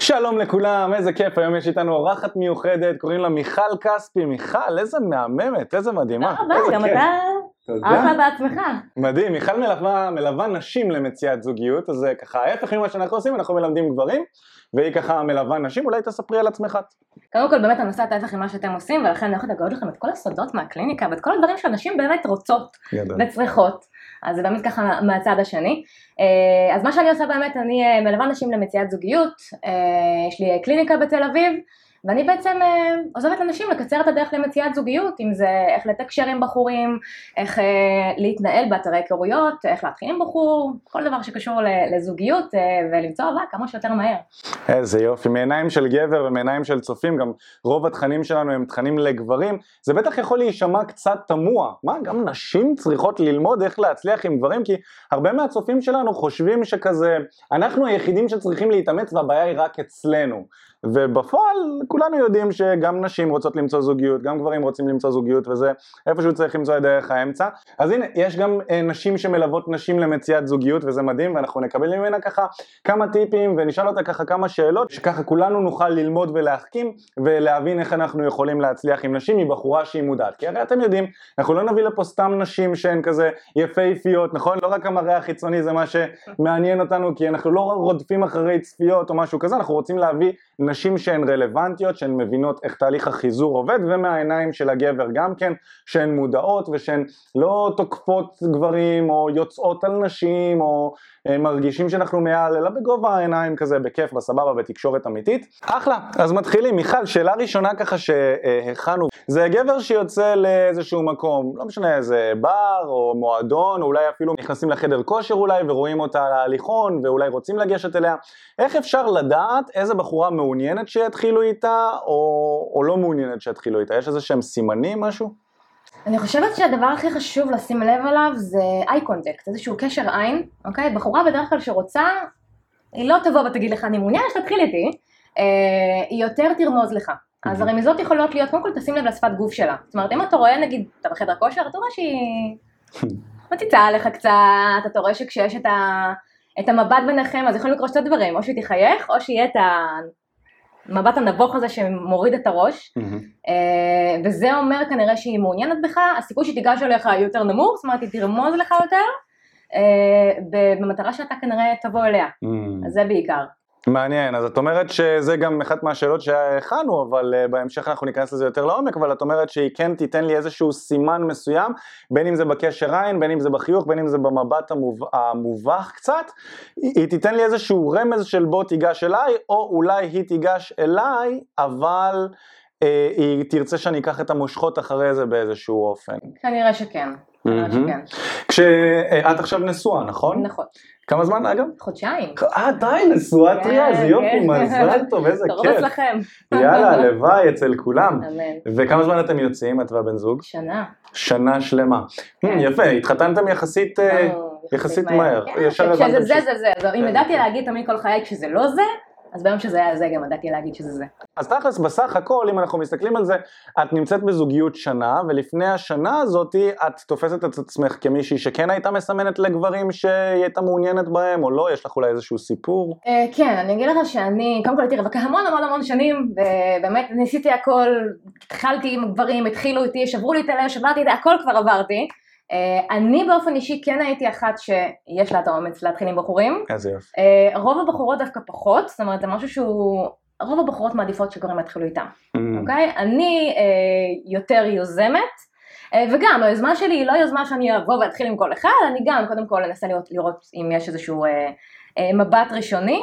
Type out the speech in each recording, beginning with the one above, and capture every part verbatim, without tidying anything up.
שלום לכולם, איזה כיף, היום יש איתנו אורחת מיוחדת, קוראים לה מיכל כספי. מיכל, איזה מהממת, איזה מדהימה. תודה רבה, גם אתה אחלה בעצמך. מדהים, מיכל מלווה, מלווה נשים למציאת זוגיות, אז ככה ההפך ממה שאנחנו עושים, אנחנו מלמדים גברים, והיא ככה מלווה נשים. אולי תספרי על עצמך. קודם כל באמת הנושא ההפך ממה שאתם עושים, ולכן אני הולכת לגלות לכם את כל הסודות מהקליניקה, ואת כל הדברים שאנשים באמת רוצות וצריכות. אז זה באמת ככה מהצד השני. אז מה שאני עושה באמת, אני מלווה נשים למציאת זוגיות, יש לי קליניקה בתל אביב, ואני בעצם עוזרת לנשים לקצר את הדרך למציאת זוגיות, אם זה איך לתקשר עם בחורים, איך להתנהל באתרי היכרויות, איך להתחיל עם בחור, כל דבר שקשור לזוגיות, ולמצוא אהבה כמה שיותר מהר. איזה יופי, מעיניים של גבר ומעיניים של צופים, גם רוב התכנים שלנו הם תכנים לגברים, זה בטח יכול להישמע קצת תמוה, מה, גם נשים צריכות ללמוד איך להצליח עם גברים, כי הרבה מהצופים שלנו חושבים שכזה, אנחנו היחידים שצריכים להתאמץ והבעיה היא רק אצלנו, ובפועל כולנו יודעים שגם נשים רוצות למצוא זוגיות, גם גברים רוצים למצוא זוגיות, וזה איפשהו צריך למצוא את דרך האמצע. אז הנה, יש גם נשים שמלוות נשים למציאת זוגיות, וזה מדהים, ואנחנו נקבל ממנה ככה כמה טיפים, ונשאל אותה ככה כמה שאלות, שככה כולנו נוכל ללמוד ולהחכים, ולהבין איך אנחנו יכולים להצליח עם נשים, מבחורה שהיא מודעת. כי הרי אתם יודעים, אנחנו לא נביא לפה סתם נשים שהן כזה יפהפיות, נכון? לא רק המראה החיצוני זה מה שמעניין אותנו, כי אנחנו לא רודפים אחרי צפיות או משהו כזה, אנחנו רוצים להביא נשים שהן רלוונטיות, שהן מבינות איך תהליך החיזור עובד, ומהעיניים של הגבר גם כן, שהן מודעות ושהן לא תוקפות גברים או יוצאות על נשים או מרגישים שאנחנו מעל, אלא בגובה העיניים כזה, בכיף, בסבבה, בתקשורת אמיתית. אחלה, אז מתחילים. מיכל, שאלה ראשונה ככה שהכנו, זה גבר שיוצא לאיזשהו מקום, לא משנה איזה בר או מועדון, או אולי אפילו נכנסים לחדר כושר אולי ורואים אותה על ההליכון ואולי רוצים לגשת אליה. איך אפשר לדעת איזה בחורה מעוניינת שיתחילו איתה או, או לא מעוניינת שיתחילו איתה? יש איזה שהם סימנים, משהו? אני חושבת שהדבר הכי חשוב לשים לב עליו זה איי קונטקט, איזשהו קשר עין, אוקיי? בחורה בדרך כלל שרוצה, היא לא תבוא ותגיד לך אני מעוניינת שתתחיל איתי, אה, היא יותר תרמוז לך. אז הרמיזות יכולות להיות, קודם כל תשים לב לשפת גוף שלה. זאת אומרת, אם אתה רואה נגיד, אתה בחדר כושר, אתה רואה שהיא מציצה עליך קצת, אתה רואה שכשיש את ה... את המבט ביניכם, אז יכולים לקרוא שתי דברים, או שהיא תחייך, או שיהיה את המבט הנבוך הזה שמוריד את הראש, וזה אומר כנראה שהיא מעוניינת בך, הסיכוי שתיגש אליך יותר נמוך, זאת אומרת, היא תרמוז לך יותר, במטרה שאתה כנראה תבוא אליה, אז זה בעיקר. מעניין, אז את אומרת שזה גם אחת מהשאלות שהכנו, אבל בהמשך אנחנו ניכנס לזה יותר לעומק, אבל את אומרת שהיא כן תיתן לי איזשהו סימן מסוים, בין אם זה בקשר עין, בין אם זה בחיוך, בין אם זה במבט המוב... המובך קצת, היא תיתן לי איזשהו רמז של בוא תיגש אליי, או אולי היא תיגש אליי, אבל אה, היא תרצה שאני אקח את המושכות אחרי זה באיזשהו אופן. כנראה שכן, כנראה שכן. כשאת עכשיו נשואה, נכון? נכון. כמה זמן אגב? חודשיים. אה די, נשואה טריה, זה יופי, מזל טוב, איזה כיף. תרוב אצלכם. יאללה, לוואי אצל כולם. אמן. וכמה זמן אתם יוצאים, את והבן זוג? שנה. שנה שלמה. יפה, התחתנתם יחסית יחסית מהר. כשזה זה זה זה, אם ידעתי להגיד תמיד כל חיי כשזה לא זה, אז ביום שזה היה זה גם ידעתי להגיד שזה זה. אז תכלס בסך הכל, אם אנחנו מסתכלים על זה, את נמצאת בזוגיות שנה, ולפני השנה הזאת את תופסת את עצמך כמישהי שכן הייתה מסמנת לגברים שהיא הייתה מעוניינת בהם, או לא? יש לך אולי איזשהו סיפור? כן, אני אגיד לך שאני, קודם כל הייתי רווקה המון המון המון שנים, ובאמת ניסיתי הכל, התחלתי עם גברים, התחילו איתי, שברו לי את הלב, שברתי את זה, הכל כבר עברתי. אני באופן אישי כן הייתי אחת שיש לה את האומץ להתחיל עם בחורים. איזה יופי. רוב הבחורות דווקא פחות, זאת אומרת זה משהו שהוא, רוב הבחורות מעדיפות שגברים יתחילו איתם, אוקיי? אני יותר יוזמת, וגם היוזמה שלי היא לא יוזמה שאני אבוא ואתחיל עם כל אחד, אני גם קודם כל אנסה לראות, לראות אם יש איזשהו מבט ראשוני,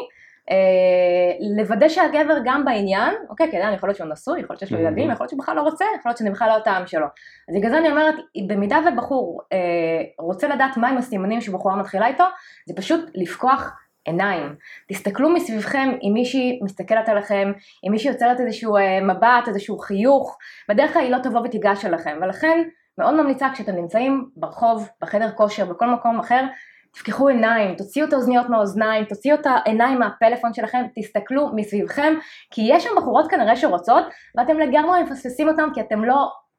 לוודא שהגבר גם בעניין, אוקיי, כי אדם יכול להיות שהוא נשוי, יכול להיות שיש לו ילדים, יכול להיות שהוא בכלל לא רוצה, יכול להיות שאני בכלל לא הטעם שלו. אז בגלל זה אני אומרת, במידה ובחור רוצה לדעת מהם הסימנים שבחורה מתחילה איתו, זה פשוט לפקוח עיניים. תסתכלו מסביבכם אם מישהי מסתכלת עליכם, אם מישהי יוצרת איזשהו מבט, איזשהו חיוך, בדרך כלל היא לא תבוא ותיגש אליכם, ולכן מאוד ממליצה כשאתם נמצאים ברחוב, בחדר כושר, בכל מקום אחר, תפקחו עיניים, תוציאו את האוזניות מהאוזניים, תוציאו את העיניים מהפלאפון שלכם, תסתכלו מסביבכם, כי יש שם בחורות כנראה שרוצות, ואתם לגמרי מפספסים אותם, כי אתם לא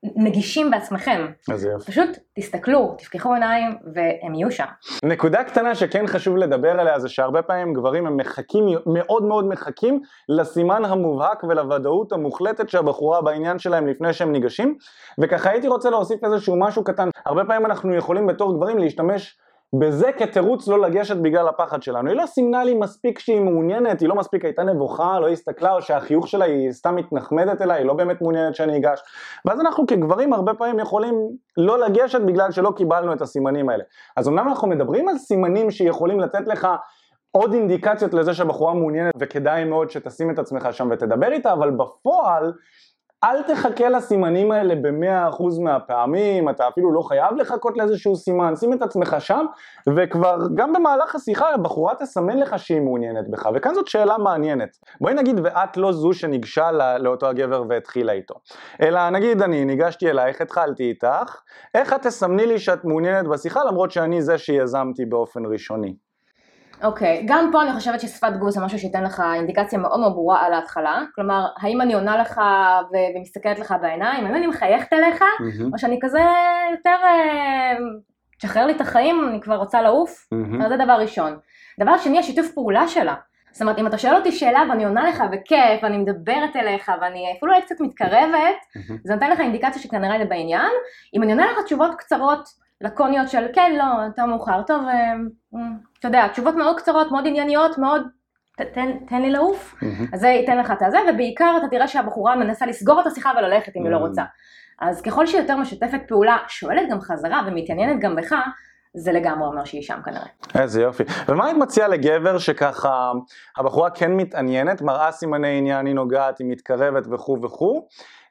נגישים בעצמכם. אז יופי. פשוט תסתכלו, תפקחו עיניים והם יהיו שם. נקודה קטנה שכן חשוב לדבר עליה זה שהרבה פעמים גברים הם מחכים, מאוד מאוד מחכים לסימן המובהק ולוודאות המוחלטת שהבחורה בעניין שלהם לפני שהם ניגשים, וככה הייתי רוצה להוסיף איזשהו משהו קטן. הרבה פעמים אנחנו יכולים בתור גברים להשתמש בזה כתירוץ לא לגשת בגלל הפחד שלנו. היא לא סימנה לי מספיק שהיא מעוניינת, היא לא מספיק הייתה נבוכה, לא הסתכלה, או שהחיוך שלה היא סתם מתנחמדת אליי, היא לא באמת מעוניינת שאני אגש. ואז אנחנו כגברים הרבה פעמים יכולים לא לגשת בגלל שלא קיבלנו את הסימנים האלה. אז אמנם אנחנו מדברים על סימנים שיכולים לתת לך עוד אינדיקציות לזה שהבחורה מעוניינת, וכדאי מאוד שתשים את עצמך שם ותדבר איתה, אבל בפועל אל תחכה לסימנים האלה ב-מאה אחוז מהפעמים, אתה אפילו לא חייב לחכות לאיזשהו סימן, שים את עצמך שם, וכבר גם במהלך השיחה הבחורה תסמן לך שהיא מעוניינת בך, וכאן זאת שאלה מעניינת. בואי נגיד ואת לא זו שניגשה לא, לאותו הגבר והתחילה איתו, אלא נגיד אני ניגשתי אלייך, התחלתי איתך, איך את תסמני לי שאת מעוניינת בשיחה למרות שאני זה שיזמתי באופן ראשוני? אוקיי, okay. גם פה אני חושבת ששפת גוף זה משהו שייתן לך אינדיקציה מאוד מאוד ברורה על ההתחלה, כלומר, האם אני עונה לך ו- ומסתכלת לך בעיניים, האם אני מחייכת אליך, mm-hmm. או שאני כזה יותר, תשחרר לי את החיים, אני כבר רוצה לעוף, mm-hmm. זה דבר ראשון. דבר שני, השיתוף פעולה שלה, זאת אומרת, אם אתה שואל אותי שאלה ואני עונה לך וכיף, ואני מדברת אליך, ואני אפילו לא קצת מתקרבת, mm-hmm. זה נותן לך אינדיקציה שכנראה זה בעניין, אם אני עונה לך תשובות קצרות, לקוניות של כן, לא, אתה מאוחר, טוב, אתה יודע, תשובות מאוד קצרות, מאוד ענייניות, מאוד, תן, תן לי לעוף, אז זה ייתן לך את הזה, ובעיקר אתה תראה שהבחורה מנסה לסגור את השיחה וללכת אם היא לא רוצה. אז ככל שהיא יותר משתפת פעולה, שואלת גם חזרה ומתעניינת גם בך, זה לגמרי אומר שהיא שם כנראה. איזה יופי. ומה היית מציעה לגבר שככה הבחורה כן מתעניינת, מראה סימני עניין, היא נוגעת, היא מתקרבת וכו' וכו',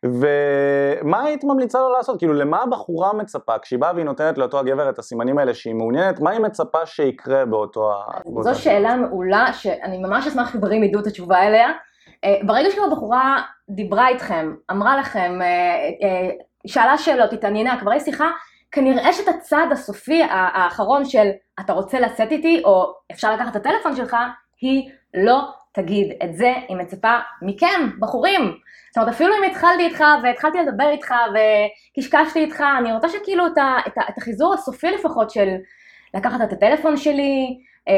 ומה היית ממליצה לו לעשות? כאילו למה הבחורה מצפה? כשהיא באה והיא נותנת לאותו הגבר את הסימנים האלה שהיא מעוניינת, מה היא מצפה שיקרה באותו... זו שאלה מעולה שאני ממש אשמח שגברים ידעו את התשובה אליה. ברגע שכבר הבחורה דיברה איתכם, אמרה לכם, שאלה שאלות, התעניינה, כבר היא שיחה, כנראה שאת הצעד הסופי האחרון של אתה רוצה לצאת איתי או אפשר לקחת את הטלפון שלך, היא לא תגיד את זה, היא מצפה מכם, בחורים. זאת אומרת, אפילו אם התחלתי איתך והתחלתי לדבר איתך וקשקשתי איתך, אני רוצה שכאילו את, ה, את, ה, את החיזור הסופי לפחות של לקחת את הטלפון שלי,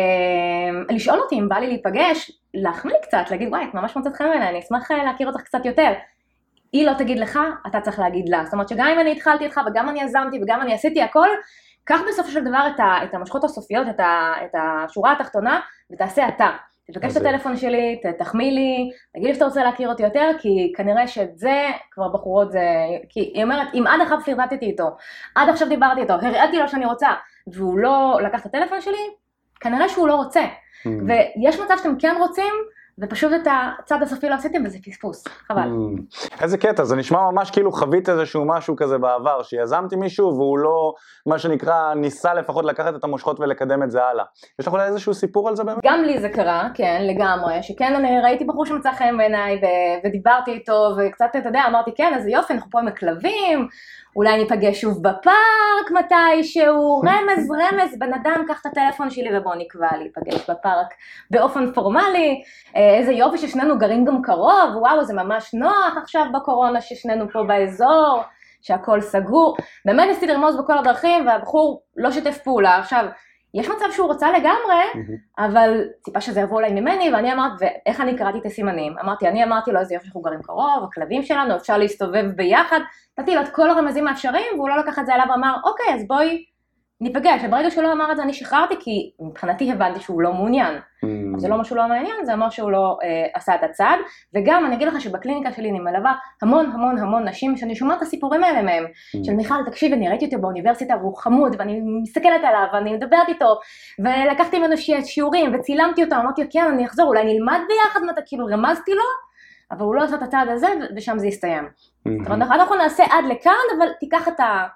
אה, לשאול אותי אם בא לי להיפגש, להחמיא לי קצת, להגיד וואי, את ממש מוצאת חן ממנה, אני אשמח להכיר אותך קצת יותר. היא לא תגיד לך, אתה צריך להגיד לה. זאת אומרת שגם אם אני התחלתי איתך וגם אני יזמתי וגם אני עשיתי הכל, קח בסופו של דבר את, ה, את המשכות הסופיות, את, ה, את השורה התחתונה ותעשה אתה. תבקש את הטלפון שלי, תחמיא לי, תגיד לי שאתה רוצה להכיר אותי יותר, כי כנראה שאת זה כבר בחורות זה, כי היא אומרת, אם עד עכשיו פרטטתי איתו, עד עכשיו דיברתי איתו, הראיתי לו שאני רוצה, והוא לא לקח את הטלפון שלי, כנראה שהוא לא רוצה. Mm. ויש מצב שאתם כן רוצים, ופשוט את הצד הסופי לא עשיתם, וזה פספוס, חבל. Mm. איזה קטע, זה נשמע ממש כאילו חווית איזשהו משהו כזה בעבר, שיזמתי מישהו והוא לא, מה שנקרא, ניסה לפחות לקחת את המושכות ולקדם את זה הלאה. יש לך אולי איזשהו סיפור על זה באמת? גם לי זה קרה, כן, לגמרי, שכן אני ראיתי בחור שמצא חן בעיניי, ו- ודיברתי איתו, וקצת, אתה יודע, אמרתי, כן, אז יופי, אנחנו פה עם הכלבים, אולי ניפגש שוב בפארק מתישהו, רמז, רמז, בן אדם, קח את הטלפון שלי ובוא נקבע להיפגש בפארק באופן פורמלי, איזה יופי ששנינו גרים גם קרוב, וואו, זה ממש נוח עכשיו בקורונה ששנינו פה באזור, שהכל סגור, באמת ניסיתי לרמוז בכל הדרכים, והבחור לא שיתף פעולה. עכשיו, יש מצב שהוא רוצה לגמרי, אבל ציפה שזה יבוא אליי ממני, ואני אמרת, ואיך אני קראתי את הסימנים? אמרתי, אני אמרתי לו, איזה יופי שאנחנו גרים קרוב, הכלבים שלנו, אפשר להסתובב ביחד, נתתי לו את כל הרמזים האפשריים, והוא לא לקח את זה אליו ואמר, אוקיי, אז בואי ניפגש. וברגע שהוא לא אמר את זה, אני שחררתי, כי מבחינתי הבנתי שהוא לא מעוניין. אז זה לא משהו לא מעניין, זה אומר שהוא לא אה, עשה את הצעד, וגם אני אגיד לך שבקליניקה שלי אני מלווה המון המון המון נשים, שאני שומעת את הסיפורים האלה מהם, של מיכל, תקשיב, אני ראיתי אותו באוניברסיטה, והוא חמוד, ואני מסתכלת עליו, ואני מדברת איתו, ולקחתי ממנו שיעורים, וצילמתי אותו, אמרתי, כן, אני אחזור, אולי נלמד ביחד, מה, כאילו רמזתי לו, אבל הוא לא עשה את הצעד הזה, ושם זה יסתיים. זאת אומרת, אנחנו נעשה עד לכאן, אבל תיקח את ה...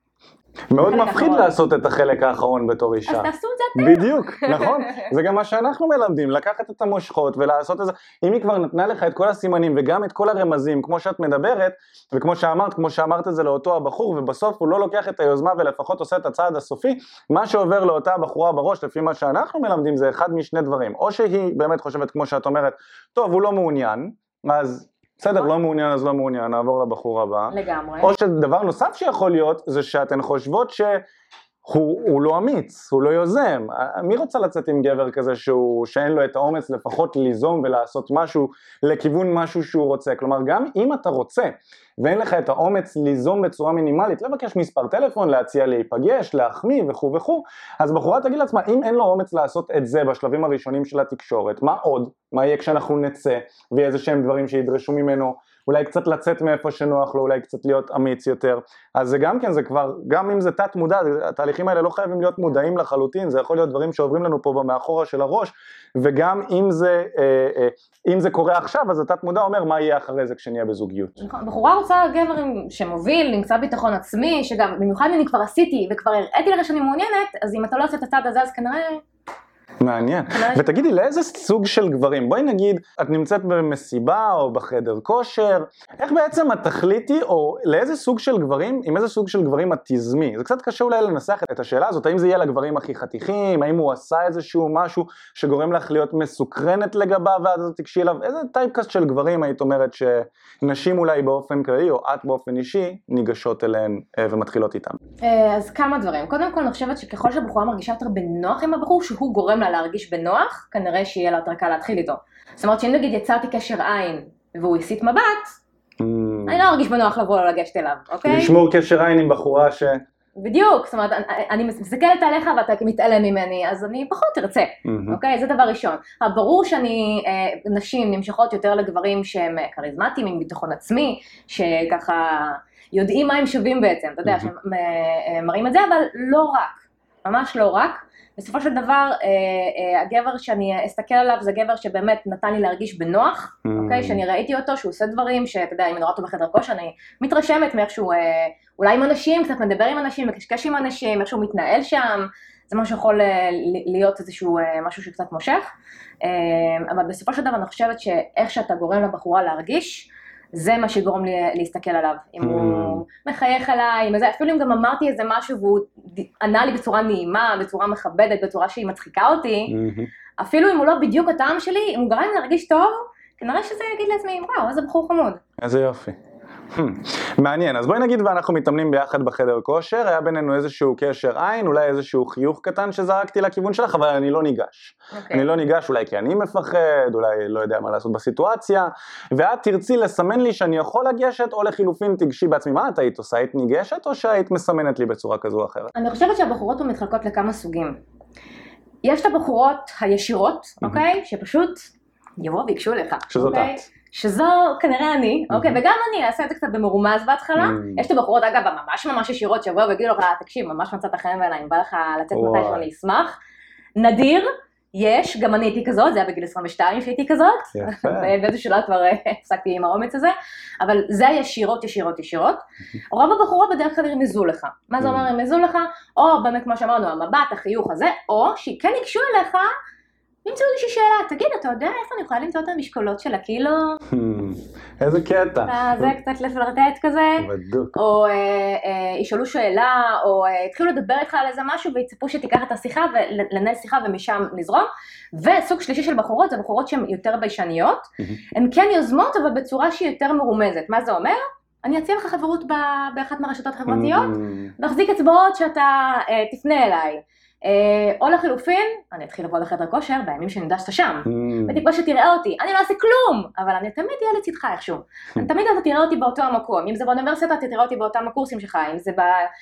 מאוד מפחיד לעשות את החלק האחרון בתור אישה. אז תעשו את זה אתם. בדיוק, נכון. זה גם מה שאנחנו מלמדים, לקחת את המושכות ולעשות את זה. אם היא כבר נתנה לך את כל הסימנים וגם את כל הרמזים, כמו שאת מדברת, וכמו שאמרת, כמו שאמרת את זה לאותו הבחור, ובסוף הוא לא לוקח את היוזמה ולפחות עושה את הצעד הסופי, מה שעובר לאותה הבחורה בראש, לפי מה שאנחנו מלמדים, זה אחד משני דברים. או שהיא באמת חושבת, כמו שאת אומרת, טוב, הוא לא מעוניין, אז בסדר, לא מעוניין אז לא מעוניין, נעבור לבחור הבא. לגמרי. או שדבר נוסף שיכול להיות, זה שאתן חושבות ש... הוא, הוא לא אמיץ, הוא לא יוזם. מי רוצה לצאת עם גבר כזה שהוא, שאין לו את האומץ לפחות ליזום ולעשות משהו לכיוון משהו שהוא רוצה? כלומר, גם אם אתה רוצה ואין לך את האומץ ליזום בצורה מינימלית, לבקש מספר טלפון, להציע להיפגש, להחמיא וכו' וכו', אז בחורה תגיד לעצמה, אם אין לו אומץ לעשות את זה בשלבים הראשונים של התקשורת, מה עוד? מה יהיה כשאנחנו נצא ואיזה שהם דברים שידרשו ממנו? אולי קצת לצאת מאיפה שנוח לו, אולי קצת להיות אמיץ יותר. אז זה גם כן, זה כבר, גם אם זה תת מודע, התהליכים האלה לא חייבים להיות מודעים לחלוטין, זה יכול להיות דברים שעוברים לנו פה במאחורה של הראש, וגם אם זה, אם זה קורה עכשיו, אז התת מודע אומר מה יהיה אחרי זה כשנהיה בזוגיות. נכון, בחורה רוצה גבר שמוביל, עם קצת ביטחון עצמי, שגם במיוחד אם אני כבר עשיתי וכבר הראיתי לך שאני מעוניינת, אז אם אתה לא עושה את הצד הזה, אז כנראה... מעניין. ותגידי, לאיזה סוג של גברים? בואי נגיד, את נמצאת במסיבה או בחדר כושר, איך בעצם את תחליטי, או לאיזה סוג של גברים, עם איזה סוג של גברים את תזמי? זה קצת קשה אולי לנסח את השאלה הזאת, האם זה יהיה לגברים הכי חתיכים, האם הוא עשה איזשהו משהו שגורם לך להיות מסוקרנת לגביו, ואז תקשי אליו, איזה טייפקאסט של גברים היית אומרת שנשים אולי באופן כללי, או את באופן אישי, ניגשות אליהן ומתחילות איתן? אז כמה דברים. קודם כל, אני חושבת שככל שהבחורה מרגישה יותר בנוח עם הבחור, שהוא גורם לה להרגיש בנוח, כנראה שיהיה לה יותר קל להתחיל איתו. זאת אומרת, שאם נגיד יצרתי קשר עין והוא הסיט מבט, אני לא ארגיש בנוח לבוא או לגשת אליו, אוקיי? לשמור קשר עין עם בחורה ש... בדיוק, זאת אומרת, אני מסתכלת עליך ואתה מתעלם ממני, אז אני פחות ארצה, אוקיי? זה דבר ראשון. ברור שאני, נשים נמשכות יותר לגברים שהם כריזמטיים, עם ביטחון עצמי, שככה יודעים מה הם שווים בעצם, אתה יודע, שמראים את זה, אבל לא רק, ממש לא רק. בסופו של דבר, הגבר שאני אסתכל עליו זה גבר שבאמת נתן לי להרגיש בנוח, אוקיי? שאני ראיתי אותו, שהוא עושה דברים, שאתה יודע, אם אני רואה אותו בחדר כושר, אני מתרשמת מאיכשהו, אולי עם אנשים, קצת מדבר עם אנשים, מקשקש עם אנשים, איכשהו מתנהל שם, זה משהו שיכול להיות איזשהו משהו שקצת מושך, אבל בסופו של דבר אני חושבת שאיך שאתה גורם לבחורה להרגיש, זה מה שגורם לי להסתכל עליו, אם הוא מחייך עליי, אפילו אם גם אמרתי איזה משהו והוא ענה לי בצורה נעימה, בצורה מכבדת, בצורה שהיא מצחיקה אותי, אפילו אם הוא לא בדיוק הטעם שלי, אם הוא גרם לי להרגיש טוב, כנראה שזה יגיד לעצמי, וואו, איזה בחור חמוד. איזה יופי. מעניין, אז בואי נגיד ואנחנו מתאמנים ביחד בחדר כושר, היה בינינו איזשהו קשר עין, אולי איזשהו חיוך קטן שזרקתי לכיוון שלך, אבל אני לא ניגש. Okay. אני לא ניגש אולי כי אני מפחד, אולי לא יודע מה לעשות בסיטואציה, ואת תרצי לסמן לי שאני יכול לגשת, או לחילופין תגשי בעצמי, מה את היית עושה? היית ניגשת או שהיית מסמנת לי בצורה כזו או אחרת? אני חושבת שהבחורות פה מתחלקות לכמה סוגים. יש את הבחורות הישירות, אוקיי? שפשוט יבואו ויקשו לך. שזאת את. שזו כנראה אני, אוקיי, וגם אני אעשה את זה קצת במרומז בהתחלה. יש את הבחורות, אגב, ממש ממש ישירות שיבואו ויגידו לך, תקשיב, ממש מצאת חן בעיניים, בא לך לצאת מתישהו, אני אשמח. נדיר, יש, גם אני הייתי כזאת, זה היה בגיל עשרים ושתיים שהייתי כזאת. יפה. באיזשהו שלב כבר הפסקתי עם האומץ הזה, אבל זה הישירות, ישירות, ישירות. רוב הבחורות בדרך כלל ירמזו לך. מה זה אומר ירמזו לך? או באמת כמו שאמרנו, המבט, החיוך הזה, או שכן ייגשו אליך, נמצאו איזושהי שאלה, תגיד, אתה יודע איפה אני יכולה למצוא את המשקולות של הקילו? איזה קטע. זה קצת לפלרטט כזה. בדוק. או ישאלו שאלה, או התחילו לדבר איתך על איזה משהו, ויצפו שתיקח את השיחה, ולנהל שיחה ומשם נזרום. וסוג שלישי של בחורות, זה בחורות שהן יותר ביישניות. הן כן יוזמות, אבל בצורה שהיא יותר מרומזת. מה זה אומר? אני אציע לך חברות באחת מהרשתות החברתיות, להחזיק אצבעות שאתה תפנה אליי. או לחילופין, אני אתחיל לבוא לחדר כושר בימים שנדשת שם, ותקווה שתראה אותי, אני לא אעשה כלום, אבל אני תמיד אהיה לצדך איכשהו, אני תמיד אתה תראה אותי באותו המקום, אם זה באוניברסיטה אתה תראה אותי באותם הקורסים שלך, אם זה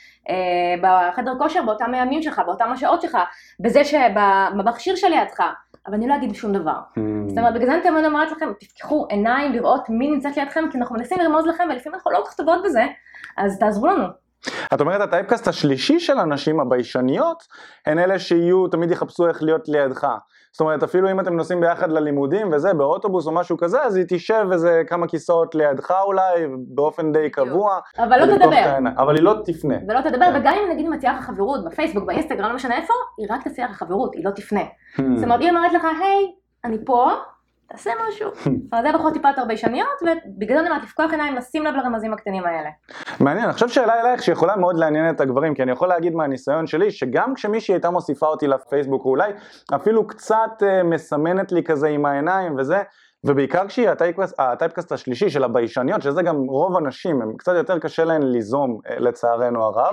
בחדר כושר באותם הימים שלך, באותם השעות שלך, בזה שבמכשיר שלידך, אבל אני לא אגיד שום דבר. זאת אומרת, בגלל זה אני תמיד אומרת לכם, תפתחו עיניים לראות מי נמצאת לידכם, כי אנחנו מנסים לרמוז לכם, ולפעמים אנחנו לא כל כך טובות בזה, אז תעזרו לנו. את אומרת, הטייפקאסט השלישי של הנשים הביישניות, הן אלה שיהיו, תמיד יחפשו איך להיות לידך. זאת אומרת, אפילו אם אתם נוסעים ביחד ללימודים וזה, באוטובוס או משהו כזה, אז היא תשב איזה כמה כיסאות לידך אולי, באופן די קבוע. אבל לא תדבר. אבל היא לא תפנה. ולא תדבר, וגם אם נגיד מציעה לך חברות, בפייסבוק, באינסטגרם, לא משנה איפה, היא רק תציע לך חברות, היא לא תפנה. זאת אומרת, היא אומרת לך, היי, אני פה, תעשה משהו. אבל זה בחורות טיפה יותר ביישניות, ובגלל זה אני אומרת לפקוח עיניים, לשים לב לרמזים הקטנים האלה. מעניין, אני חושב שאלה אלייך שיכולה מאוד לעניין את הגברים, כי אני יכול להגיד מהניסיון שלי, שגם כשמישהי הייתה מוסיפה אותי לפייסבוק, או אולי אפילו קצת מסמנת לי כזה עם העיניים וזה, ובעיקר כשהיא הטייפקאסט, הטייפקאסט השלישי של הביישניות, שזה גם רוב הנשים, הם קצת יותר קשה להן ליזום לצערנו הרב.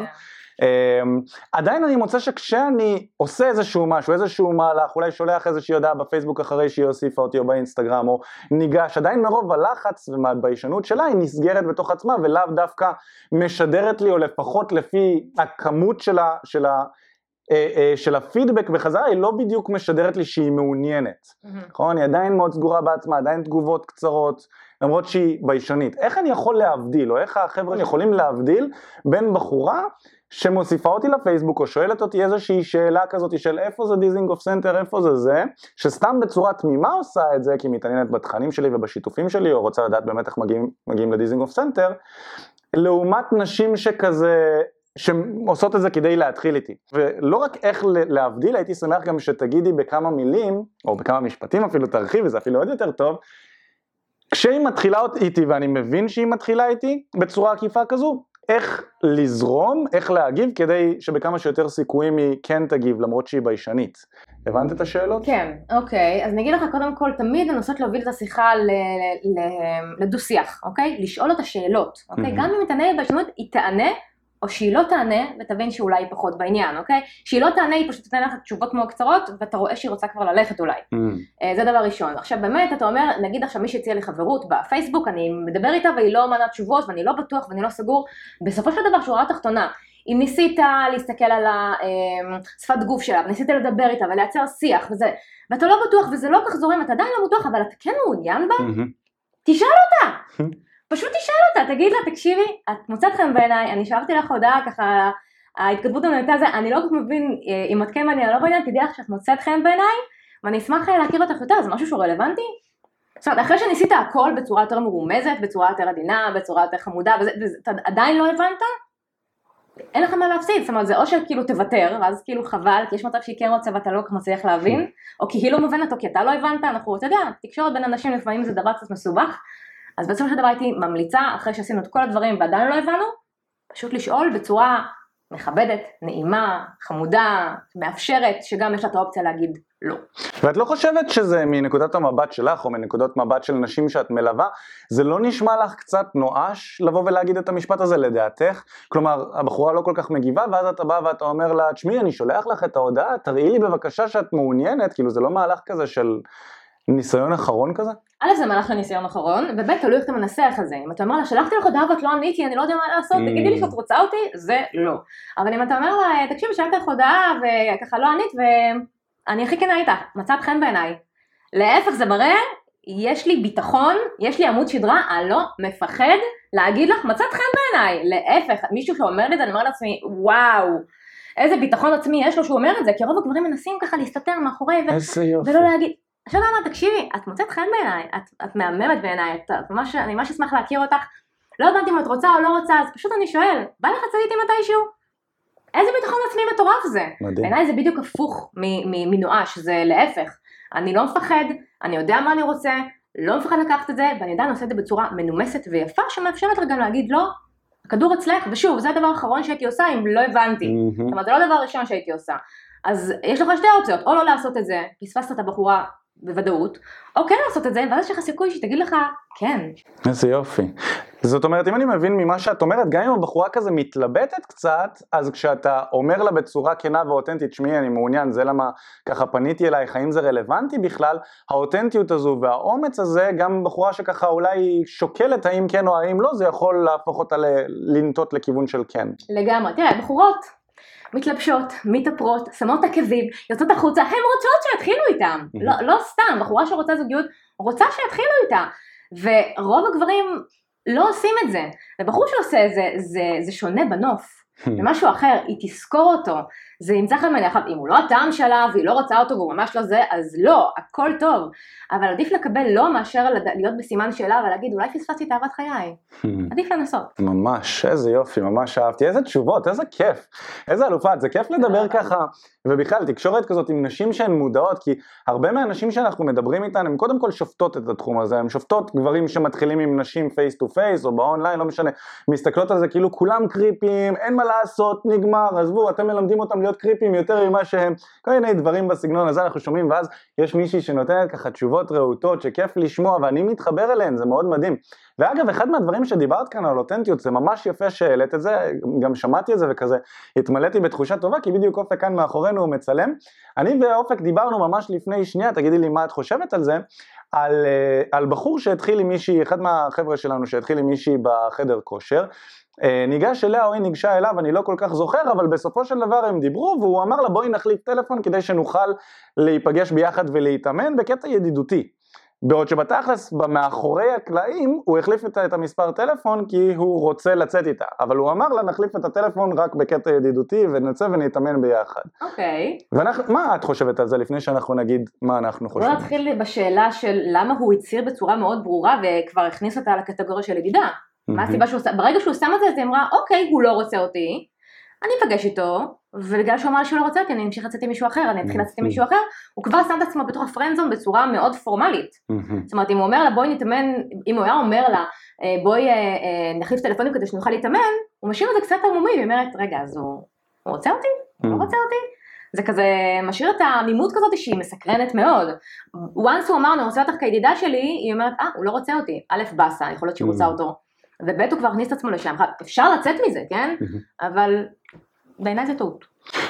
עדיין אני מוצא שכשאני עושה איזשהו משהו, איזשהו מהלך, אולי שולח איזושהי הודעה בפייסבוק אחרי שהיא הוסיפה אותי או באינסטגרם, או ניגש, עדיין מרוב הלחץ ומהביישנות שלה היא נסגרת בתוך עצמה, ולאו דווקא משדרת לי, או לפחות לפי הכמות שלה, שלה, של הפידבק בחזרה, היא לא בדיוק משדרת לי שהיא מעוניינת. נכון? היא עדיין מאוד סגורה בעצמה, עדיין תגובות קצרות, למרות שהיא ביישנית. איך אני יכול להבדיל, או איך החבר'ה יכולים להבדיל בין בחורה שמוסיפה אותי לפייסבוק, או שואלת אותי איזושהי שאלה כזאת של איפה זה דיזינגוף סנטר, איפה זה זה, שסתם בצורה תמימה עושה את זה, כי היא מתעניינת בתכנים שלי ובשיתופים שלי, או רוצה לדעת באמת איך מגיעים, מגיעים לדיזינגוף סנטר, לעומת נשים שכזה, שעושות את זה כדי להתחיל איתי. ולא רק איך להבדיל, הייתי שמח גם שתגידי בכמה מילים, או בכמה משפטים אפילו, תרחיב, וזה אפילו עוד יותר טוב, כשהיא מתחילה איתי, ואני מבין שהיא מתחילה איתי בצורה עקיפה כזו, איך לזרום, איך להגיב, כדי שבכמה שיותר סיכויים היא כן תגיב, למרות שהיא ביישנית. הבנת את השאלות? כן, אוקיי. אז נגיד לך קודם כל, תמיד לנסות להוביל את השיחה לדו-שיח, אוקיי? לשאול אותה שאלות, אוקיי? גם אם היא תענה ביישנות, היא תענה, או שהיא לא תענה, ותבין שאולי היא פחות בעניין, אוקיי? שהיא לא תענה, היא פשוט תתן לך תשובות מאוד קצרות, ואתה רואה שהיא רוצה כבר ללכת אולי. זה דבר ראשון. עכשיו באמת, אתה אומר, נגיד עכשיו מי שהציע לי חברות בפייסבוק, אני מדבר איתה, והיא לא מנה תשובות, ואני לא בטוח, ואני לא סגור. בסופו של דבר, שורה תחתונה, אם ניסית להסתכל על השפת גוף שלה, וניסית לדבר איתה, ולייצר שיח, וזה, ואתה לא בטוח, וזה לא כך זורם, אתה עדיין לא בטוח, אבל אתה כן מעוניין בה, תשאל אותה. פשוט תשאל אותה, תגיד לה, תקשיבי, את מוצאת חן בעיניי, אני שאלתי לך הודעה ככה, ההתכתבות הנהייתה זה, אני לא מבין אם את כן בעיניי, אני לא בעניין, תדעי לך שאת מוצאת חן בעיניי, ואני אשמח להכיר אותך יותר, זה משהו שהוא רלוונטי? זאת אומרת, אחרי שניסית הכל בצורה יותר מרומזת, בצורה יותר עדינה, בצורה יותר חמודה, ואתה עדיין לא הבנת, אין לך מה להפסיד, זאת אומרת, זה או שכאילו תוותר, ואז כאילו חבל, כי יש מצב שהיא כן רוצה ואתה לא מצליח להבין, או כי היא לא מובנת, או כי אתה לא הבנת, אנחנו, אתה יודע, תקשורת בין אנשים לפעמים זה דבר קצת מסובך, אז בעצם שדבר הייתי ממליצה, אחרי שעשינו את כל הדברים ועדיין לא הבנו, פשוט לשאול בצורה מכבדת, נעימה, חמודה, מאפשרת, שגם יש לה את האופציה להגיד לא. ואת לא חושבת שזה מנקודת המבט שלך, או מנקודות מבט של נשים שאת מלווה, זה לא נשמע לך קצת נואש לבוא ולהגיד את המשפט הזה לדעתך? כלומר, הבחורה לא כל כך מגיבה, ואז אתה בא ואתה אומר לה, תשמעי, אני שולח לך את ההודעה, תראי לי בבקשה שאת מעוניינת, כאילו זה לא מהלך כזה של ניסיון אחרון כזה? א' זה מהלך לניסיון אחרון, וב' תלוי איך אתה מנסח את זה. אם אתה אומר לה, שלחתי לך הודעה ואת לא עניתי, אני לא יודע מה לעשות, תגידי לי שאת רוצה אותי, זה לא. אבל אם אתה אומר לה, תקשיבי, שלחתי לך הודעה וככה לא ענית, ואני הכי כנה איתך, מצאת חן בעיניי. להפך זה מראה, יש לי ביטחון, יש לי עמוד שדרה, אני לא מפחד להגיד לך, מצאת חן בעיניי. להפך, מישהו שאומר לי זה, אני אומר לעצמי, וואו, איזה ביטחון עצמי יש לו שהוא אומר את זה, כי רוב הגברים מנסים ככה להסתתר מאחורי ולא להגיד. עכשיו אמרת, תקשיבי, את מוצאת חן בעיניי, את, את מהממת בעיניי, את, את ממש, אני ממש אשמח להכיר אותך, לא הבנתי אם את רוצה או לא רוצה, אז פשוט אני שואל, בא לך צדיתי מתישהו? איזה ביטחון עצמי מטורף זה? בעיניי זה בדיוק הפוך מנואש, זה להפך, אני לא מפחד, אני יודע מה אני רוצה, לא מפחד לקחת את זה, ואני עדיין עושה את זה בצורה מנומסת ויפה, שמאפשרת גם להגיד לא, הכדור אצלך, ושוב, זה הדבר האחרון שהייתי עושה אם לא הבנתי, זאת אומרת, זה לא הדבר הראשון שהייתי עושה, אז יש לך שתי אופציות, או לא לעשות את זה, פספסת את הבחורה בוודאות, או כן לעשות את זה, ואז יש לך סיכוי שתגיד לך, כן. איזה יופי. זאת אומרת, אם אני מבין ממה שאת אומרת, גם אם הבחורה כזה מתלבטת קצת, אז כשאתה אומר לה בצורה כנה ואותנטית, שמי, אני מעוניין, זה למה ככה פניתי אלייך, האם זה רלוונטי בכלל, האותנטיות הזו והאומץ הזה, גם בחורה שככה אולי שוקלת האם כן או האם לא, זה יכול להפוך אותה לנטות לכיוון של כן. לגמרי, תראה, בחורות מתלבשות, מתאפרות, שמות עקבים, יוצאות החוצה, הן רוצות שיתחילו איתם, mm-hmm. לא, לא סתם, בחורה שרוצה זוגיות, רוצה שיתחילו איתה, ורוב הגברים לא עושים את זה, ובחור שעושה את זה, זה, זה שונה בנוף, ומשהו אחר, היא תזכור אותו, זה ימצא חן בעיניך, אם הוא לא הטעם שלה, והיא לא רוצה אותו, והוא ממש לא זה, אז לא, הכל טוב, אבל עדיף לקבל לא, מאשר להיות בסימן שאלה, ולהגיד, אולי פספסתי את אהבת חיי, עדיף לנסות. ממש, איזה יופי, ממש אהבתי, איזה תשובות, איזה כיף, איזה אלופת, זה כיף לדבר ככה, ובכלל, תקשורת כזאת עם נשים שהן מודעות, כי הרבה מהנשים שאנחנו מדברים איתן, הן קודם כל שופטות את התחום הזה, הן שופטות גברים שמתחילים עם נשים פייס טו פייס, או באונליין, לא משנה, מסתכלות על זה כאילו כולם קריפים, אין מה לעשות, נגמר, עזבו, אתם מלמדים אותם להיות קריפים יותר ממה שהם, כל מיני דברים בסגנון הזה אנחנו שומעים, ואז יש מישהי שנותנת ככה תשובות רהוטות שכיף לשמוע, ואני מתחבר אליהן, זה מאוד מדהים. ואגב, אחד מהדברים שדיברת כאן על אותנטיות, זה ממש יפה שהעלית את זה, גם שמעתי את זה וכזה, התמלאתי בתחושה טובה, כי בדיוק אופק כאן מאחורינו הוא מצלם. אני ואופק דיברנו ממש לפני שנייה, תגידי לי מה את חושבת על זה, על, על בחור שהתחיל עם מישהי, אחד מהחבר'ה שלנו שהתחיל עם מישהי בחדר כושר, ניגש אליה או היא ניגשה אליו, אני לא כל כך זוכר, אבל בסופו של דבר הם דיברו, והוא אמר לה בואי נחליף טלפון כדי שנוכל להיפגש ביחד ולהתאמן בקטע ידידותי. בעוד שבתכלס במאחורי הקלעים הוא החליף את, את המספר טלפון כי הוא רוצה לצאת איתה, אבל הוא אמר לה נחליף את הטלפון רק בקטע ידידותי ונצא ונתאמן ביחד. אוקיי. ואנחנו, מה את חושבת על זה לפני שאנחנו נגיד מה אנחנו חושבים? בוא נתחיל בשאלה של למה הוא הצהיר בצורה מאוד ברורה וכבר הכניס אותה לקטגוריה של ידידה. מה הסיבה שהוא, ברגע שהוא שם את זה, אז היא אמרה, אוקיי, הוא לא רוצה אותי, אני אפגש איתו, ובגלל שהוא אמר שהוא לא רוצה אותי, אני אמשיך לצאת עם מישהו אחר, אני אתחיל לצאת עם מישהו אחר, הוא כבר שם את עצמו בתוך הפרנדזון בצורה מאוד פורמלית. זאת אומרת, אם הוא אומר לה, בואי נתאמן, אם הוא היה אומר לה, בואי נחליף טלפונים כדי שנוכל להתאמן, הוא משאיר את זה קצת עמומי, והיא אומרת, רגע, אז הוא רוצה אותי? הוא לא רוצה אותי? זה כזה, משאיר את העמימות כזאת שהיא מסקרנת מאוד. once הוא אמר, אני רוצה אותך כידידה שלי, היא אומרת, אה, הוא לא רוצה אותי. א', בסה, יכול להיות שהיא רוצה אותו. וב' הוא כבר הכניס את עצמו לשם. אפשר לצאת מזה, כן? אבל בעיניי זה טעות.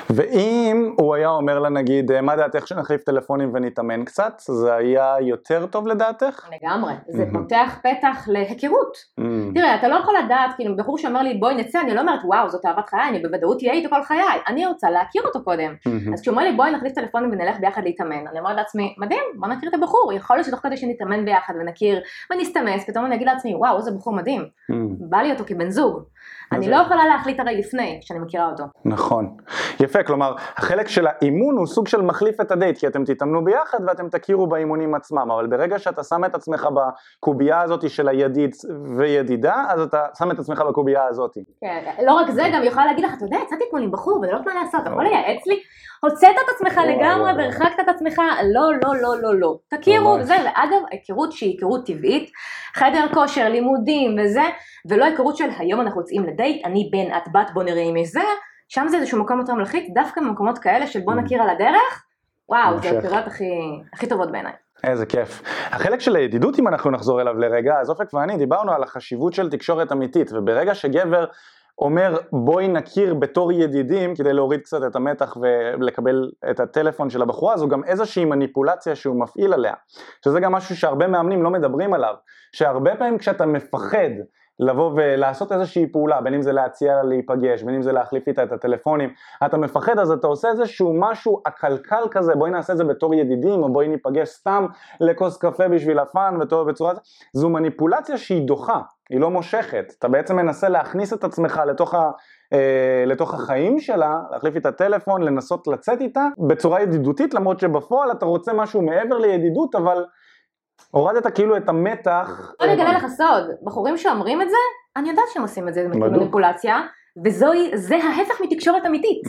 ואם הוא היה אומר לה נגיד, מה דעתך שנחליף טלפונים ונתאמן קצת, זה היה יותר טוב לדעתך? לגמרי, זה פותח פתח להיכרות. תראה, אתה לא יכול לדעת, כאילו בחור שאומר לי בואי נצא, אני לא אומרת וואו זאת אהבת חיי, אני בוודאות תהיה איתו כל חיי, אני רוצה להכיר אותו קודם. אז כשהוא אומר לי בואי נחליף טלפונים ונלך ביחד להתאמן, אני אומרת לעצמי, מדהים, בוא נכיר את הבחור, יכול להיות שתוך כדי שנתאמן ביחד ונכיר ונסתמס, פתאום אני אגיד לעצמי וואו איזה בחור מדהים, בא לי אותו כבן זוג. אני לא יכולה להחליט הרי לפני שאני מכירה אותו. נכון. יפה, כלומר, החלק של האימון הוא סוג של מחליף את הדייט, כי אתם תתאמנו ביחד ואתם תכירו באימונים עצמם, אבל ברגע שאתה שם את עצמך בקובייה הזאת של הידיד וידידה, אז אתה שם את עצמך בקובייה הזאת. כן, לא רק זה, גם יכולה להגיד לך, אתה יודע, יצאתי אתמול עם בחור ולא יודעת מה לעשות, אתה יכול לייעץ לי? הוצאת את עצמך לגמרי והרחקת את עצמך, לא, לא, לא, לא, לא. תכירו, זה, ואגב, היכרות שהיא היכרות טבעית, חדר כושר, לימודים וזה, ולא היכרות של היום אנחנו יוצאים לדייט, אני בן, את בת, בוא נראה אם יש זה, שם זה איזשהו מקום יותר מלחיץ, דווקא במקומות כאלה של בוא נכיר על הדרך, וואו, זה היכרויות הכי, הכי טובות בעיניי. איזה כיף. החלק של הידידות, אם אנחנו נחזור אליו לרגע, אז אופק ואני דיברנו על החשיבות של תקשורת אמיתית, וברגע שגבר אומר בואי נכיר בתור ידידים, כדי להוריד קצת את המתח ולקבל את הטלפון של הבחורה, זו גם איזושהי מניפולציה שהוא מפעיל עליה, שזה גם משהו שהרבה מאמנים לא מדברים עליו, שהרבה פעמים כשאתה מפחד לבוא ולעשות איזושהי פעולה, בין אם זה להציע לה להיפגש, בין אם זה להחליף איתה את הטלפונים, אתה מפחד אז אתה עושה איזשהו משהו עקלקל כזה, בואי נעשה את זה בתור ידידים, או בואי ניפגש סתם לכוס קפה בשביל הפן ובצורה הזאת, זו מניפולציה שהיא דוחה, היא לא מושכת, אתה בעצם מנסה להכניס את עצמך לתוך, ה, אה, לתוך החיים שלה, להחליף איתה טלפון, לנסות לצאת איתה בצורה ידידותית, למרות שבפועל אתה רוצה משהו מעבר לידידות, אבל הורדת כאילו את המתח. אני אגלה לך סוד, בחורים שאומרים את זה, אני יודעת שהם עושים את זה, זה מניפולציה, וזה ההפך מתקשורת אמיתית,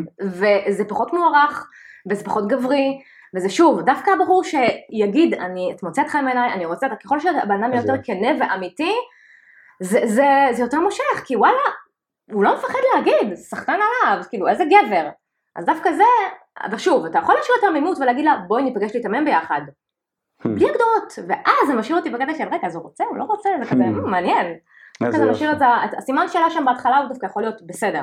וזה פחות מוערך, וזה פחות גברי, וזה שוב, דווקא הבחור שיגיד, אני מוצאת חיים בעיניי, אני רוצה, ככל שהבנם יותר כנה ואמיתי, זה יותר מושך, כי וואלה, הוא לא מפחד להגיד, שחקן עליו, כאילו איזה גבר, אז דווקא זה, אבל שוב, אתה יכול להשאיר את העמימות ולהגיד לה, בואי ניפגש להתאמן ביחד, בלי הגדרות, ואז זה משאיר אותי בקטע של רגע, אז הוא רוצה, הוא לא רוצה, זה כזה, מעניין. כזה משאיר את הסימן שלה שם בהתחלה, הוא דווקא יכול להיות בסדר.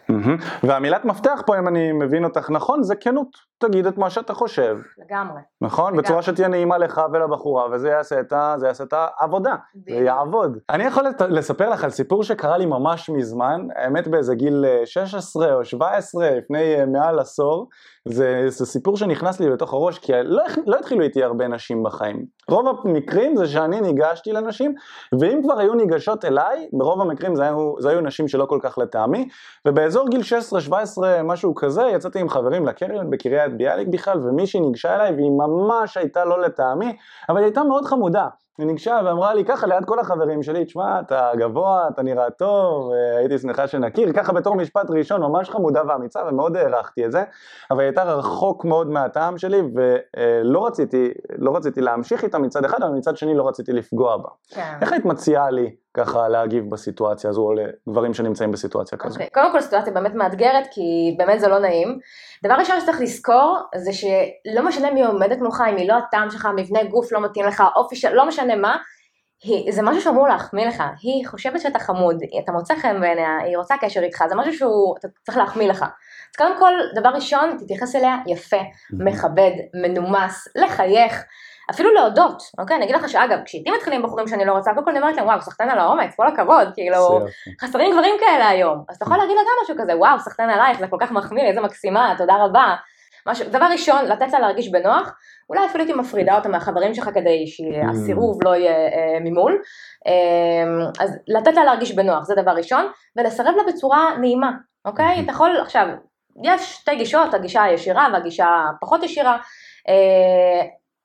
והמילת מפתח פה, אם אני מבין אותך נכון, זה כנות. תגיד את מה שאתה חושב. לגמרי. נכון? בצורה שתהיה נעימה לך ולבחורה, וזה יעשה את ה, זה יעשה את העבודה. זה יעבוד. אני יכול לספר לך על סיפור שקרה לי ממש מזמן, האמת באיזה גיל שש עשרה או שבע עשרה, לפני מעל עשור, זה, זה סיפור שנכנס לי בתוך הראש, כי לא, לא התחילו איתי הרבה נשים בחיים. רוב המקרים זה שאני ניגשתי לנשים, ואם כבר היו ניגשות אליי, ברוב המקרים זה היו, זה היו נשים שלא כל כך לטעמי, ובאזור גיל שש עשרה שבע עשרה משהו כזה, יצאתי עם חברים לקריון בקריית ביאליק בכלל, ומישהי ניגשה אליי, והיא ממש הייתה לא לטעמי, אבל היא הייתה מאוד חמודה. היא ניגשה ואמרה לי ככה ליד כל החברים שלי, תשמע, אתה גבוה, אתה נראה טוב, הייתי שמחה שנכיר, ככה בתור משפט ראשון, ממש חמודה ואמיצה, ומאוד הערכתי את זה, אבל היא הייתה רחוק מאוד מהטעם שלי, ולא רציתי, לא רציתי להמשיך איתה מצד אחד, אבל מצד שני לא רציתי לפגוע בה. כן. איך היית מציעה לי ככה להגיב בסיטואציה הזו, או לגברים שנמצאים בסיטואציה כזו. Okay. קודם כל סיטואציה באמת מאתגרת, כי באמת זה לא נעים. דבר ראשון שצריך לזכור, זה שלא משנה מי עומדת מולך, אם היא לא הטעם שלך, מבנה גוף לא מתאים לך, אופי של, לא משנה מה, היא, זה משהו שאמור להחמיא לך, היא חושבת שאתה חמוד, אתה מוצא חן בעיניה, היא רוצה קשר איתך, זה משהו שהוא, אתה צריך להחמיא לך. אז קודם כל, דבר ראשון, תתייחס אליה יפה, מכבד, מנומס, לחייך, אפילו להודות, אוקיי? אני אגיד לך שאגב, כשאיתי מתחילים בחורים שאני לא רוצה, קודם כל אני אומרת להם, וואו, סחטן על האומץ, כל הכבוד, כאילו, חסרים גברים כאלה היום, אז אתה יכול להגיד לה גם משהו כזה, וואו, סחטן עלייך, זה כל כך מחמיא, איזה מקסימה, תודה רבה. משהו, דבר ראשון, לתת לה להרגיש בנוח, אולי אפילו הייתי מפרידה אותה מהחברים שלך כדי שהסירוב לא יהיה אה, ממול, אה, אז לתת לה להרגיש בנוח, זה דבר ראשון, ולסרב לה בצורה נעימה, אוקיי? אתה יכול, עכשיו, יש שתי גישות, הגישה הישירה והגישה הפחות ישירה, אה,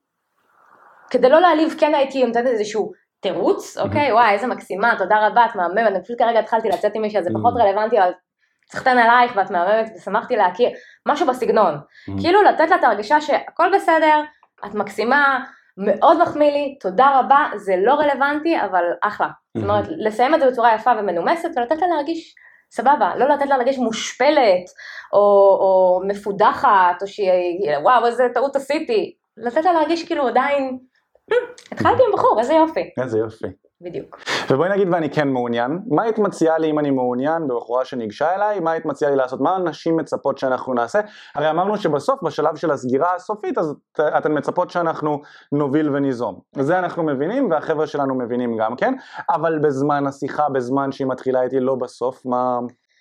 כדי לא להעליב, כן הייתי נותנת איזשהו תירוץ, אוקיי? וואי, איזה מקסימה, תודה רבה, את מהממת, אני פשוט כרגע התחלתי לצאת עם מישהו, זה פחות רלוונטי, אבל סחטן עלייך ואת מהממת ושמחתי להכיר, משהו בסגנון. כאילו לתת לה את הרגישה שהכל בסדר, את מקסימה, מאוד מחמיא לי, תודה רבה, זה לא רלוונטי, אבל אחלה. זאת אומרת, לסיים את זה בצורה יפה ומנומסת, ולתת לה להרגיש סבבה, לא לתת לה להרגיש מושפלת, או, או מפודחת, או שהיא, וואו, איזה טעות עשיתי. לתת לה להרגיש כאילו עדיין, התחלתי עם בחור, איזה יופי. איזה יופי. בדיוק. ובואי נגיד ואני כן מעוניין, מה היית מציעה לי אם אני מעוניין בבחורה שניגשה אליי, מה היית מציעה לי לעשות, מה הנשים מצפות שאנחנו נעשה? הרי אמרנו שבסוף, בשלב של הסגירה הסופית, אז אתן מצפות שאנחנו נוביל וניזום. זה אנחנו מבינים, והחבר'ה שלנו מבינים גם כן, אבל בזמן השיחה, בזמן שהיא מתחילה איתי, לא בסוף, מה...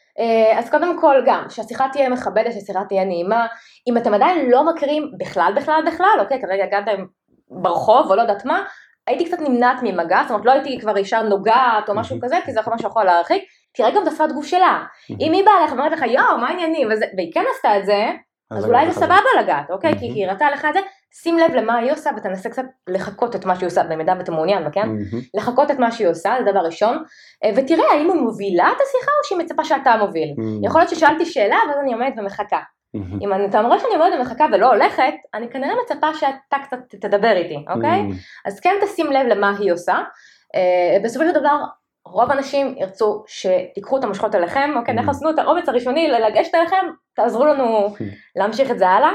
אז קודם כל גם, שהשיחה תהיה מכבדת, שהשיחה תהיה נעימה, אם אתם עדיין לא מכירים בכלל, בכלל, בכלל, אוקיי, כרגע הגעתם ברחוב או לא יודעת מה, הייתי קצת נמנעת ממגע, זאת אומרת לא הייתי כבר ישר נוגעת או משהו כזה, כי זה יכול משהו יכול להרחיק, תראה גם את השפת גוף שלה, אם היא באה לך ואומרת לך יואו מה העניינים, והיא כן עשתה את זה, אז אולי זה סבבה לגעת, אוקיי, כי היא ראתה לך את זה, שים לב למה היא עושה ותנסה קצת לחכות את מה שהיא עושה, במידה ואתה מעוניין, כן? לחכות את מה שהיא עושה, זה דבר ראשון, ותראה האם היא מובילה את השיחה או שהיא מצפה שאתה מוביל, יכול להיות ששאלתי שאלה ואז אני עומדת ומחכה, אם אתה אומר שאני עומדת ומחכה ולא הולכת, אני כנראה מצפה שאתה קצת תדבר איתי, אוקיי? אז כן תשים לב למה היא עושה, בסופו של דבר רוב האנשים ירצו שתיקחו את המשכות אליכם, אוקיי, נחסנו את האומץ הראשוני לגשת אליכם, תעזרו לנו להמשיך את זה הלאה,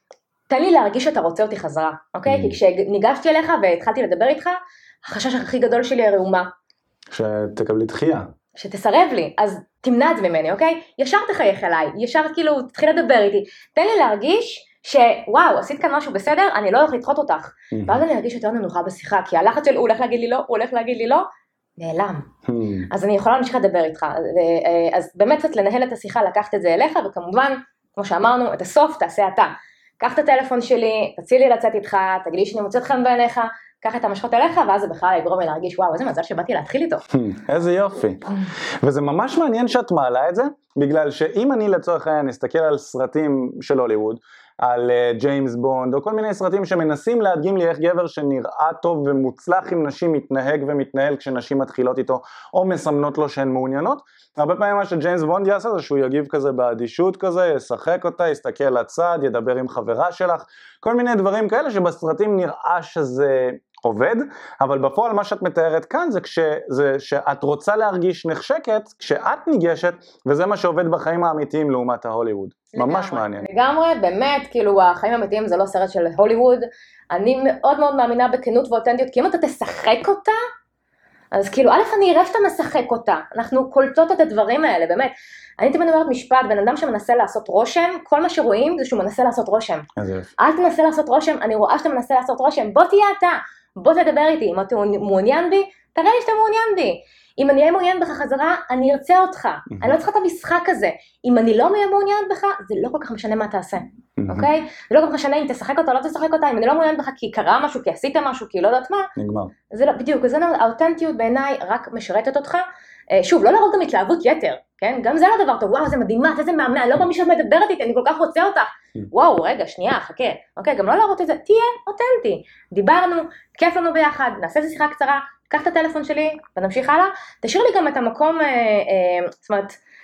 תן לי להרגיש שאתה רוצה אותי חזרה, אוקיי? כי כשניגשתי אליך והתחלתי לדבר איתך, החשש הכי גדול שלי הרעומה. שתקבלי דחייה. שתסרב לי, אז תמנע את זה ממני, אוקיי? ישר תחייך אליי, ישר כאילו תתחיל לדבר איתי, תן לי להרגיש שוואו, עשית כאן משהו בסדר, אני לא הולך לדחות אותך, ואז אני ארגיש יותר נוחה בשיחה, כי הלחץ של הוא הולך להגיד לי לא, הוא הולך להגיד לי לא, נעלם. אז אני יכולה להמשיך לדבר איתך, אז באמת קצת לנהל את השיחה, לקחת את זה אליך, וכמובן, כמו שאמרנו, את הסוף תעשה אתה. קח את הטלפון שלי, תציע לי לצאת איתך, תגיד לי שאני מוצאת חן בעיניך, קח את המשכות אליך, ואז זה בכלל יגרום לי להרגיש, וואו, איזה מזל שבאתי להתחיל איתו. איזה יופי. וזה ממש מעניין שאת מעלה את זה, בגלל שאם אני לצורך העניין אסתכל על סרטים של הוליווד, על ג'יימס בונד, או כל מיני סרטים שמנסים להדגים לי איך גבר שנראה טוב ומוצלח עם נשים מתנהג ומתנהל כשנשים מתחילות איתו, או מסמנות לו שהן מעוניינות, הרבה פעמים מה שג'יימס בונד יעשה זה שהוא יגיב כזה באדישות כזה, ישחק אותה, יסתכל לצד, ידבר עם חברה שלך, כל מיני דברים כאלה שבסרטים נראה שזה עובד, אבל בפועל מה שאת מתארת כאן זה, כש, זה שאת רוצה להרגיש נחשקת כשאת ניגשת, וזה מה שעובד בחיים האמיתיים לעומת ההוליווד. ממש מעניין. לגמרי, באמת, כאילו החיים האמיתיים זה לא סרט של הוליווד, אני מאוד מאוד מאמינה בכנות ואותנטיות, כי אם אתה תשחק אותה, אז כאילו, א' אני אראה שאתה משחק אותה, אנחנו קולטות את הדברים האלה, באמת. אני תמיד אומרת משפט, בן אדם שמנסה לעשות רושם, כל מה שרואים זה שהוא מנסה לעשות רושם. אל תנסה לעשות רושם, אני רואה שאתה מנסה לעשות רושם, בוא תהיה אתה, בוא תדבר איתי, אם אתה מעוניין בי, תראה לי שאתה מעוניין בי. אם אני אהיה מעוניין בך חזרה, אני ארצה אותך, אני לא צריכה את המשחק הזה. אם אני לא אהיה מעוניין בך, זה לא כל כך משנה מה תעשה, אוקיי? זה לא כל כך משנה אם תשחק אותה או לא תשחק אותה, אם אני לא מעוניין בך כי קרה משהו, כי עשית משהו, כי לא יודעת מה. נגמר. זה לא, בדיוק, זה האותנטיות בעיניי רק משרתת אותך. שוב, לא להראות גם התלהבות יתר, כן? גם זה לא דבר טוב, וואו, זה מדהימה, איזה מאמנה, לא במישהו מדברת איתי, אני כל כך רוצה אותך. וואו, רגע, שנייה, חכה. אוקיי, גם לא להראות את זה, תהיה אותנטי. דיברנו, כיף לנו ביחד, נעשה איזו שיחה קצרה, קח את הטלפון שלי ונמשיך הלאה. תשאיר לי גם את המקום, אה, אה, זאת אומרת,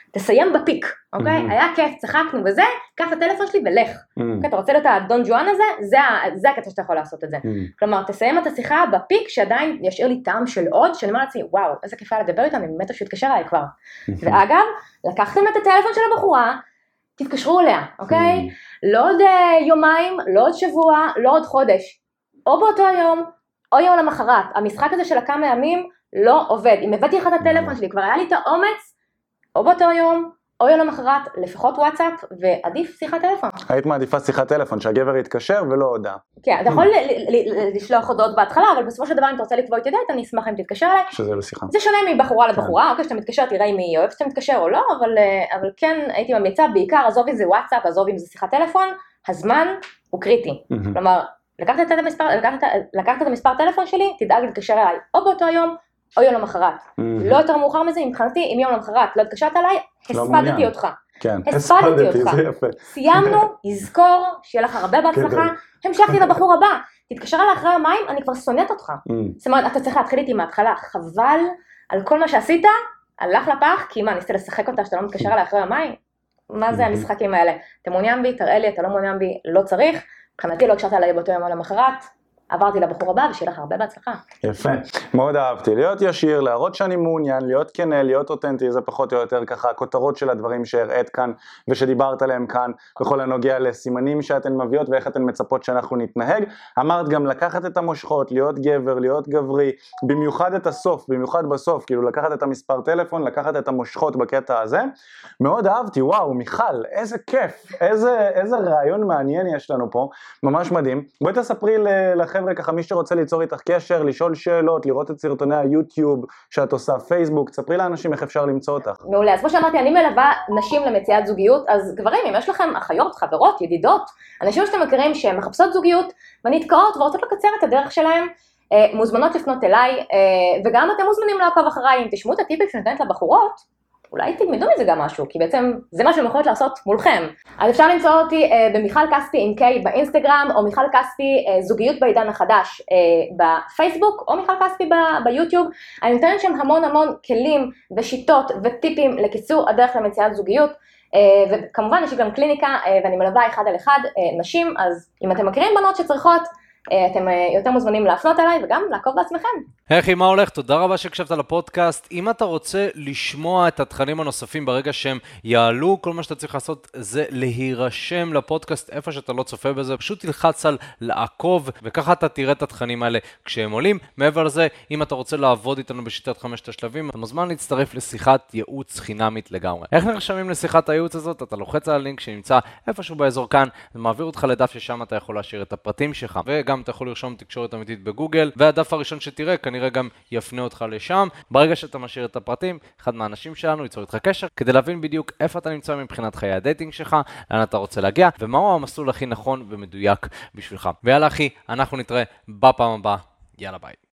תסיים בפיק, אוקיי? היה כיף, צחקנו וזה, קח את הטלפון שלי ולך. אתה רוצה להיות הדון ג'ואן הזה? זה הקטע שאתה יכול לעשות את זה. כלומר, תסיים את השיחה בפיק שעדיין ישאיר לי טעם של עוד, שאני אומר לעצמי, וואו, איזה כיף היה לדבר איתם, אני באמת שהוא יתקשר אליי כבר. ואגב, לקחתם את הטלפון של הבחורה, תתקשרו אליה, אוקיי? לא עוד יומיים, לא עוד שבוע, לא עוד חודש. או באותו יום, או יום למחרת. המשחק הזה של הכמה ימים לא עובד. אם הבאתי לך את הטלפון שלי, כבר היה לי את האומץ, או באותו יום, או יום למחרת, לפחות וואטסאפ, ועדיף שיחת טלפון. היית מעדיפה שיחת טלפון, שהגבר יתקשר ולא הודעה. כן, אתה יכול לשלוח הודעות בהתחלה, אבל בסופו של דבר אם אתה רוצה לקבוע איתי דייט, אני אשמח אם תתקשר אליי. שזה לא שיחה. זה שונה מבחורה לבחורה, אוקיי, שאתה מתקשר, תראה אם היא אוהבת שאתה מתקשר או לא, אבל כן הייתי ממליצה, בעיקר עזוב אם זה וואטסאפ, עזוב אם זה שיחת טלפון, הזמן הוא קריטי. כלומר, לקחת את המספר, לקחת את המספר טלפון שלי, תדאג להתקשר אליי או באותו יום, או יום למחרת. לא יותר מאוחר מזה, מבחינתי, אם יום למחרת לא התקשרת אליי, הספדתי אותך. כן, הספדתי אותך. סיימנו, יזכור, שיהיה לך הרבה בהצלחה, המשכתי לבחור הבא, תתקשר אליי אחרי המים, אני כבר שונאת אותך. זאת אומרת, אתה צריך להתחיל איתי מההתחלה, חבל על כל מה שעשית, הלך לפח, כי מה, ניסית לשחק אותה שאתה לא מתקשר אליי אחרי המים? מה זה המשחקים האלה? אתה מעוניין בי, תראה לי, אתה לא מעוניין בי, לא צריך. מבחינתי לא הקשרת עליי באותו יום או למחרת, עברתי לבחור הבא ושיהיה לך הרבה בהצלחה. יפה, מאוד אהבתי, להיות ישיר, להראות שאני מעוניין, להיות כנה, להיות אותנטי, זה פחות או יותר ככה הכותרות של הדברים שהראית כאן ושדיברת עליהם כאן, בכל הנוגע לסימנים שאתן מביאות ואיך אתן מצפות שאנחנו נתנהג. אמרת גם לקחת את המושכות, להיות גבר, להיות גברי, במיוחד את הסוף, במיוחד בסוף, כאילו לקחת את המספר טלפון, לקחת את המושכות בקטע הזה. מאוד אהבתי, וואו, מיכל, איזה כיף, איזה, איזה רעיון מעניין יש לנו פה, ממש מדהים. בואי תספרי לחבר'ה ככה, מי שרוצה ליצור איתך קשר, לשאול שאלות, לראות את סרטוני היוטיוב שאת עושה, פייסבוק, תספרי לאנשים איך אפשר למצוא אותך. מעולה, אז כמו שאמרתי, אני מלווה נשים למציאת זוגיות, אז גברים, אם יש לכם אחיות, חברות, ידידות, אנשים שאתם מכירים שהן מחפשות זוגיות ונתקעות ורוצות לקצר את הדרך שלהם, מוזמנות לפנות אליי, וגם אתם מוזמנים לעקוב אחריי, אם תשמעו את הטיפים שנותנת לבחורות, אולי תלמדו מזה גם משהו, כי בעצם זה מה שהן יכולות לעשות מולכם. אז אפשר למצוא אותי אה, במיכל כספי עם קיי באינסטגרם, או מיכל כספי אה, זוגיות בעידן החדש אה, בפייסבוק, או מיכל כספי ב- ביוטיוב. אני נותנת שם המון המון כלים ושיטות וטיפים לקיצור הדרך למציאת זוגיות, אה, וכמובן יש לי גם קליניקה, אה, ואני מלווה אחד על אחד אה, נשים, אז אם אתם מכירים בנות שצריכות, אתם יותר מוזמנים להפנות אליי וגם לעקוב בעצמכם. היי, מה הולך? תודה רבה שהקשבת לפודקאסט. אם אתה רוצה לשמוע את התכנים הנוספים ברגע שהם יעלו, כל מה שאתה צריך לעשות זה להירשם לפודקאסט איפה שאתה לא צופה בזה. פשוט תלחץ על לעקוב, וככה אתה תראה את התכנים האלה כשהם עולים. מעבר לזה, אם אתה רוצה לעבוד איתנו בשיטת חמשת השלבים, אתה מוזמן להצטרף לשיחת ייעוץ חינמית לגמרי. איך נרשמים לשיחת הייעוץ הזאת? אתה לוחץ על הלינק שנמצא איפשהו באזור כאן, זה מעביר אותך לדף ששם אתה יכול להשאיר את הפרטים שלך, וגם אתה יכול לרשום תקשורת אמיתית בגוגל, והדף הראשון שתראה כנראה גם יפנה אותך לשם. ברגע שאתה משאיר את הפרטים, אחד מהאנשים שלנו ייצור איתך קשר, כדי להבין בדיוק איפה אתה נמצא מבחינת חיי הדייטינג שלך, לאן אתה רוצה להגיע, ומהו המסלול הכי נכון ומדויק בשבילך. ויאללה אחי, אנחנו נתראה בפעם הבאה. יאללה ביי.